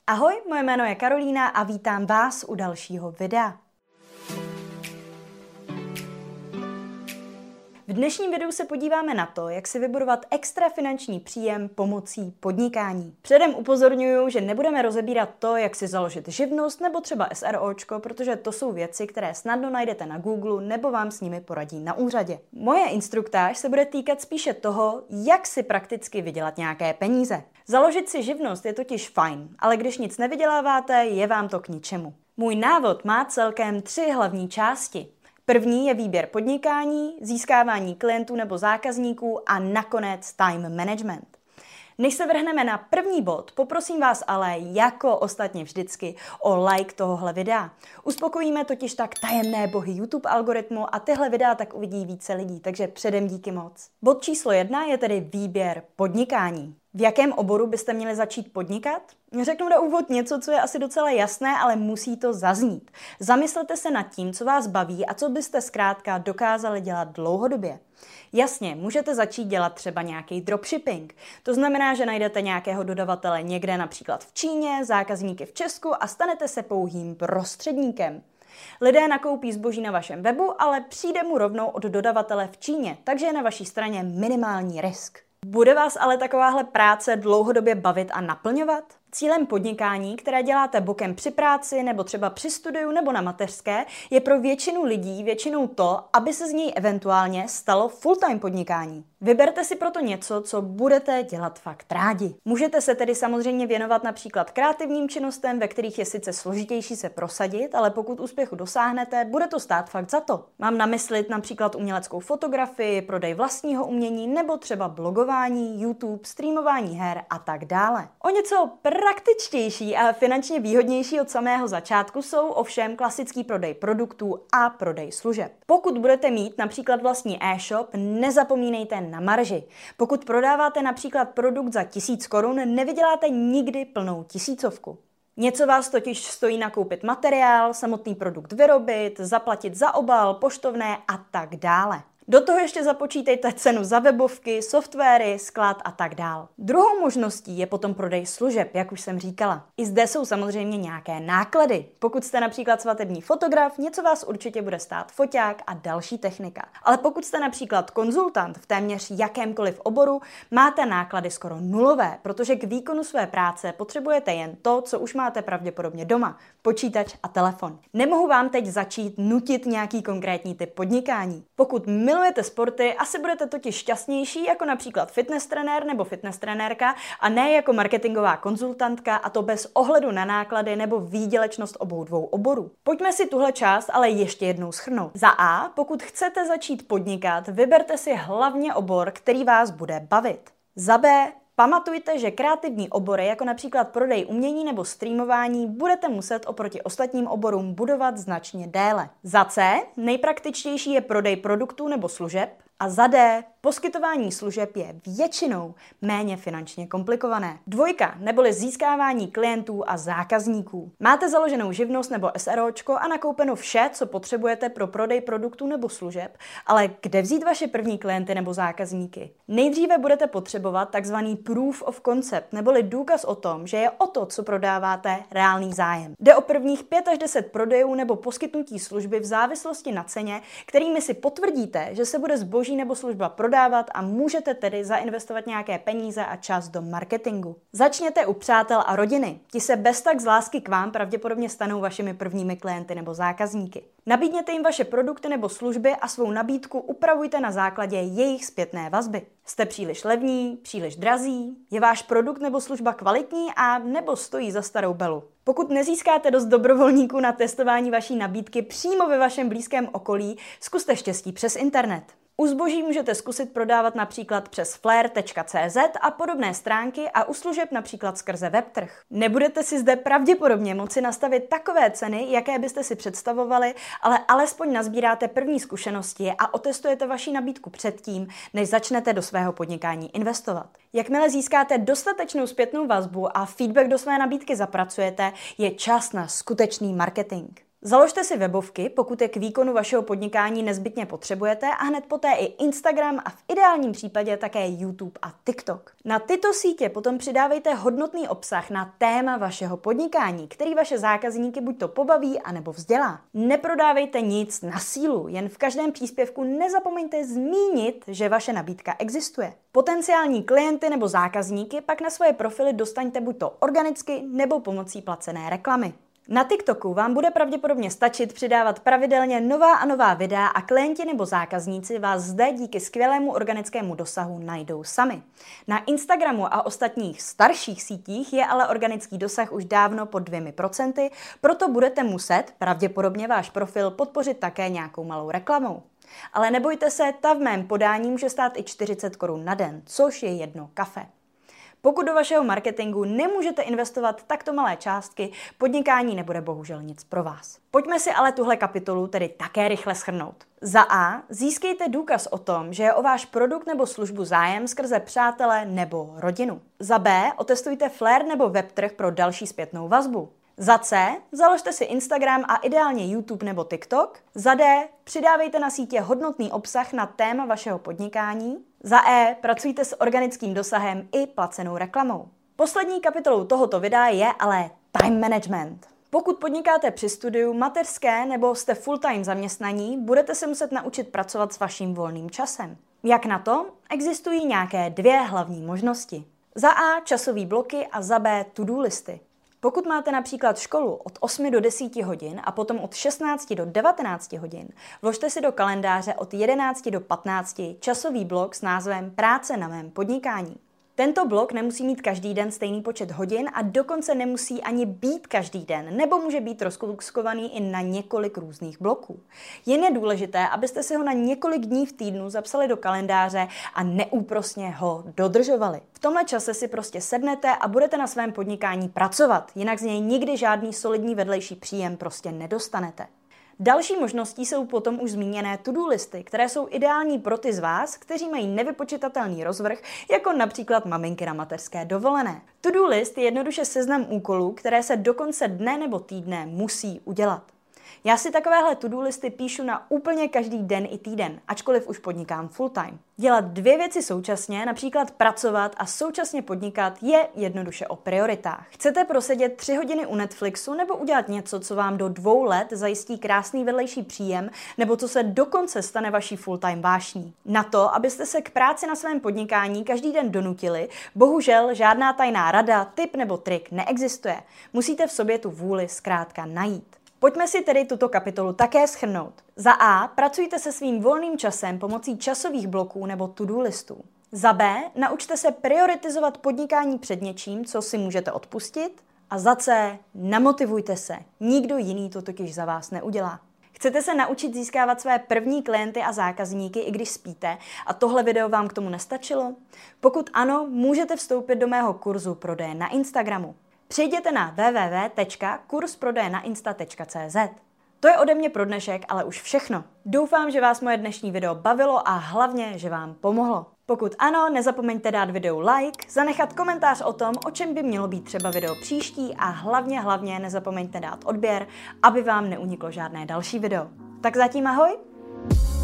Ahoj, moje jméno je Karolína a vítám vás u dalšího videa. V dnešním videu se podíváme na to, jak si vybudovat extra finanční příjem pomocí podnikání. Předem upozorňuji, že nebudeme rozebírat to, jak si založit živnost nebo třeba SROčko, protože to jsou věci, které snadno najdete na Google nebo vám s nimi poradí na úřadě. Moje instruktáž se bude týkat spíše toho, jak si prakticky vydělat nějaké peníze. Založit si živnost je totiž fajn, ale když nic nevyděláváte, je vám to k ničemu. Můj návod má celkem 3 hlavní části. První je výběr podnikání, získávání klientů nebo zákazníků a nakonec time management. Než se vrhneme na první bod, poprosím vás ale jako ostatně vždycky o like tohohle videa. Uspokojíme totiž tak tajemné bohy YouTube algoritmu a tyhle videa tak uvidí více lidí, takže předem díky moc. Bod číslo 1 je tedy výběr podnikání. V jakém oboru byste měli začít podnikat? Řeknu na úvod něco, co je asi docela jasné, ale musí to zaznít. Zamyslete se nad tím, co vás baví a co byste zkrátka dokázali dělat dlouhodobě. Jasně, můžete začít dělat třeba nějaký dropshipping. To znamená, že najdete nějakého dodavatele někde například v Číně, zákazníky v Česku a stanete se pouhým prostředníkem. Lidé nakoupí zboží na vašem webu, ale přijde mu rovnou od dodavatele v Číně, takže je na vaší straně minimální risk. Bude vás ale takováhle práce dlouhodobě bavit a naplňovat? Cílem podnikání, které děláte bokem při práci nebo třeba při studiu nebo na mateřské, je pro většinu lidí většinou to, aby se z něj eventuálně stalo full-time podnikání. Vyberte si proto něco, co budete dělat fakt rádi. Můžete se tedy samozřejmě věnovat například kreativním činnostem, ve kterých je sice složitější se prosadit, ale pokud úspěchu dosáhnete, bude to stát fakt za to. Mám na mysli například uměleckou fotografii, prodej vlastního umění nebo třeba blogování, YouTube, streamování her a tak dále. O něco praktičtější a finančně výhodnější od samého začátku jsou ovšem klasický prodej produktů a prodej služeb. Pokud budete mít například vlastní e-shop, nezapomínejte na marži. Pokud prodáváte například produkt za 1000 korun, nevyděláte nikdy plnou 1000. Něco vás totiž stojí nakoupit materiál, samotný produkt vyrobit, zaplatit za obal, poštovné a tak dále. Do toho ještě započítejte cenu za webovky, softwary, sklad a tak dál. Druhou možností je potom prodej služeb, jak už jsem říkala. I zde jsou samozřejmě nějaké náklady. Pokud jste například svatební fotograf, něco vás určitě bude stát foťák a další technika. Ale pokud jste například konzultant v téměř jakémkoliv oboru, máte náklady skoro nulové, protože k výkonu své práce potřebujete jen to, co už máte pravděpodobně doma, počítač a telefon. Nemohu vám teď začít nutit nějaký konkrétní typ podnikání. Pokud milujete sporty, asi budete totiž šťastnější jako například fitness trenér nebo fitness trenérka a ne jako marketingová konzultantka, a to bez ohledu na náklady nebo výdělečnost obou dvou oborů. Pojďme si tuhle část ale ještě jednou shrnout. Za A, pokud chcete začít podnikat, vyberte si hlavně obor, který vás bude bavit. Za B, pamatujte, že kreativní obory, jako například prodej umění nebo streamování, budete muset oproti ostatním oborům budovat značně déle. Za C, nejpraktičtější je prodej produktů nebo služeb. A za D, poskytování služeb je většinou méně finančně komplikované. 2, neboli získávání klientů a zákazníků. Máte založenou živnost nebo SROčko a nakoupeno vše, co potřebujete pro prodej produktů nebo služeb, ale kde vzít vaše první klienty nebo zákazníky? Nejdříve budete potřebovat takzvaný proof of concept, neboli důkaz o tom, že je o to, co prodáváte, reálný zájem. Jde o prvních 5 až 10 prodejů nebo poskytnutí služby v závislosti na ceně, kterými si potvrdíte, že se bude zboží nebo služba prodávat a můžete tedy zainvestovat nějaké peníze a čas do marketingu. Začněte u přátel a rodiny. Ti se bez tak z lásky k vám pravděpodobně stanou vašimi prvními klienty nebo zákazníky. Nabídněte jim vaše produkty nebo služby a svou nabídku upravujte na základě jejich zpětné vazby. Jste příliš levní, příliš drazí? Je váš produkt nebo služba kvalitní a nebo stojí za starou belu? Pokud nezískáte dost dobrovolníků na testování vaší nabídky přímo ve vašem blízkém okolí, zkuste štěstí přes internet. U zboží můžete zkusit prodávat například přes flair.cz a podobné stránky a u služeb například skrze webtrh. Nebudete si zde pravděpodobně moci nastavit takové ceny, jaké byste si představovali, ale alespoň nazbíráte první zkušenosti a otestujete vaši nabídku předtím, než začnete do svého podnikání investovat. Jakmile získáte dostatečnou zpětnou vazbu a feedback do své nabídky zapracujete, je čas na skutečný marketing. Založte si webovky, pokud je k výkonu vašeho podnikání nezbytně potřebujete, a hned poté i Instagram a v ideálním případě také YouTube a TikTok. Na tyto sítě potom přidávejte hodnotný obsah na téma vašeho podnikání, který vaše zákazníky buď to pobaví, anebo vzdělá. Neprodávejte nic na sílu, jen v každém příspěvku nezapomeňte zmínit, že vaše nabídka existuje. Potenciální klienty nebo zákazníky pak na svoje profily dostaňte buď to organicky, nebo pomocí placené reklamy. Na TikToku vám bude pravděpodobně stačit přidávat pravidelně nová a nová videa a klienti nebo zákazníci vás zde díky skvělému organickému dosahu najdou sami. Na Instagramu a ostatních starších sítích je ale organický dosah už dávno pod 2%, proto budete muset pravděpodobně váš profil podpořit také nějakou malou reklamou. Ale nebojte se, ta v mém podání může stát i 40 korun na den, což je jedno kafe. Pokud do vašeho marketingu nemůžete investovat takto malé částky, podnikání nebude bohužel nic pro vás. Pojďme si ale tuhle kapitolu tedy také rychle shrnout. Za A, získejte důkaz o tom, že je o váš produkt nebo službu zájem skrze přátele nebo rodinu. Za B, otestujte Flare nebo webtrh pro další zpětnou vazbu. Za C, založte si Instagram a ideálně YouTube nebo TikTok. Za D, přidávejte na sítě hodnotný obsah na téma vašeho podnikání. Za E, pracujte s organickým dosahem i placenou reklamou. Poslední kapitolou tohoto videa je ale time management. Pokud podnikáte při studiu, mateřské nebo jste full-time zaměstnaní, budete se muset naučit pracovat s vaším volným časem. Jak na to? Existují nějaké dvě hlavní možnosti. Za A časové bloky a za B to-do listy. Pokud máte například školu od 8 do 10 hodin a potom od 16 do 19 hodin, vložte si do kalendáře od 11 do 15 časový blok s názvem Práce na mém podnikání. Tento blok nemusí mít každý den stejný počet hodin a dokonce nemusí ani být každý den, nebo může být rozkouskovaný i na několik různých bloků. Jen je důležité, abyste si ho na několik dní v týdnu zapsali do kalendáře a neúprosně ho dodržovali. V tomhle čase si prostě sednete a budete na svém podnikání pracovat, jinak z něj nikdy žádný solidní vedlejší příjem prostě nedostanete. Další možností jsou potom už zmíněné to-do listy, které jsou ideální pro ty z vás, kteří mají nevypočitatelný rozvrh, jako například maminky na mateřské dovolené. To-do list je jednoduše seznam úkolů, které se do konce dne nebo týdne musí udělat. Já si takovéhle to-do listy píšu na úplně každý den i týden, ačkoliv už podnikám full time. Dělat dvě věci současně, například pracovat a současně podnikat, je jednoduše o prioritách. Chcete prosedět 3 hodiny u Netflixu nebo udělat něco, co vám do 2 let zajistí krásný vedlejší příjem, nebo co se dokonce stane vaší full time vášní. Na to, abyste se k práci na svém podnikání každý den donutili, bohužel žádná tajná rada, tip nebo trik neexistuje. Musíte v sobě tu vůli zkrátka najít. Pojďme si tedy tuto kapitolu také shrnout. Za A, pracujte se svým volným časem pomocí časových bloků nebo to-do listů. Za B, naučte se prioritizovat podnikání před něčím, co si můžete odpustit. A za C, namotivujte se. Nikdo jiný to totiž za vás neudělá. Chcete se naučit získávat své první klienty a zákazníky, i když spíte, a tohle video vám k tomu nestačilo? Pokud ano, můžete vstoupit do mého kurzu prodeje na Instagramu. Přijděte na www.kursprodejnainsta.cz. To je ode mě pro dnešek, ale už všechno. Doufám, že vás moje dnešní video bavilo a hlavně, že vám pomohlo. Pokud ano, nezapomeňte dát videu like, zanechat komentář o tom, o čem by mělo být třeba video příští a hlavně nezapomeňte dát odběr, aby vám neuniklo žádné další video. Tak zatím ahoj!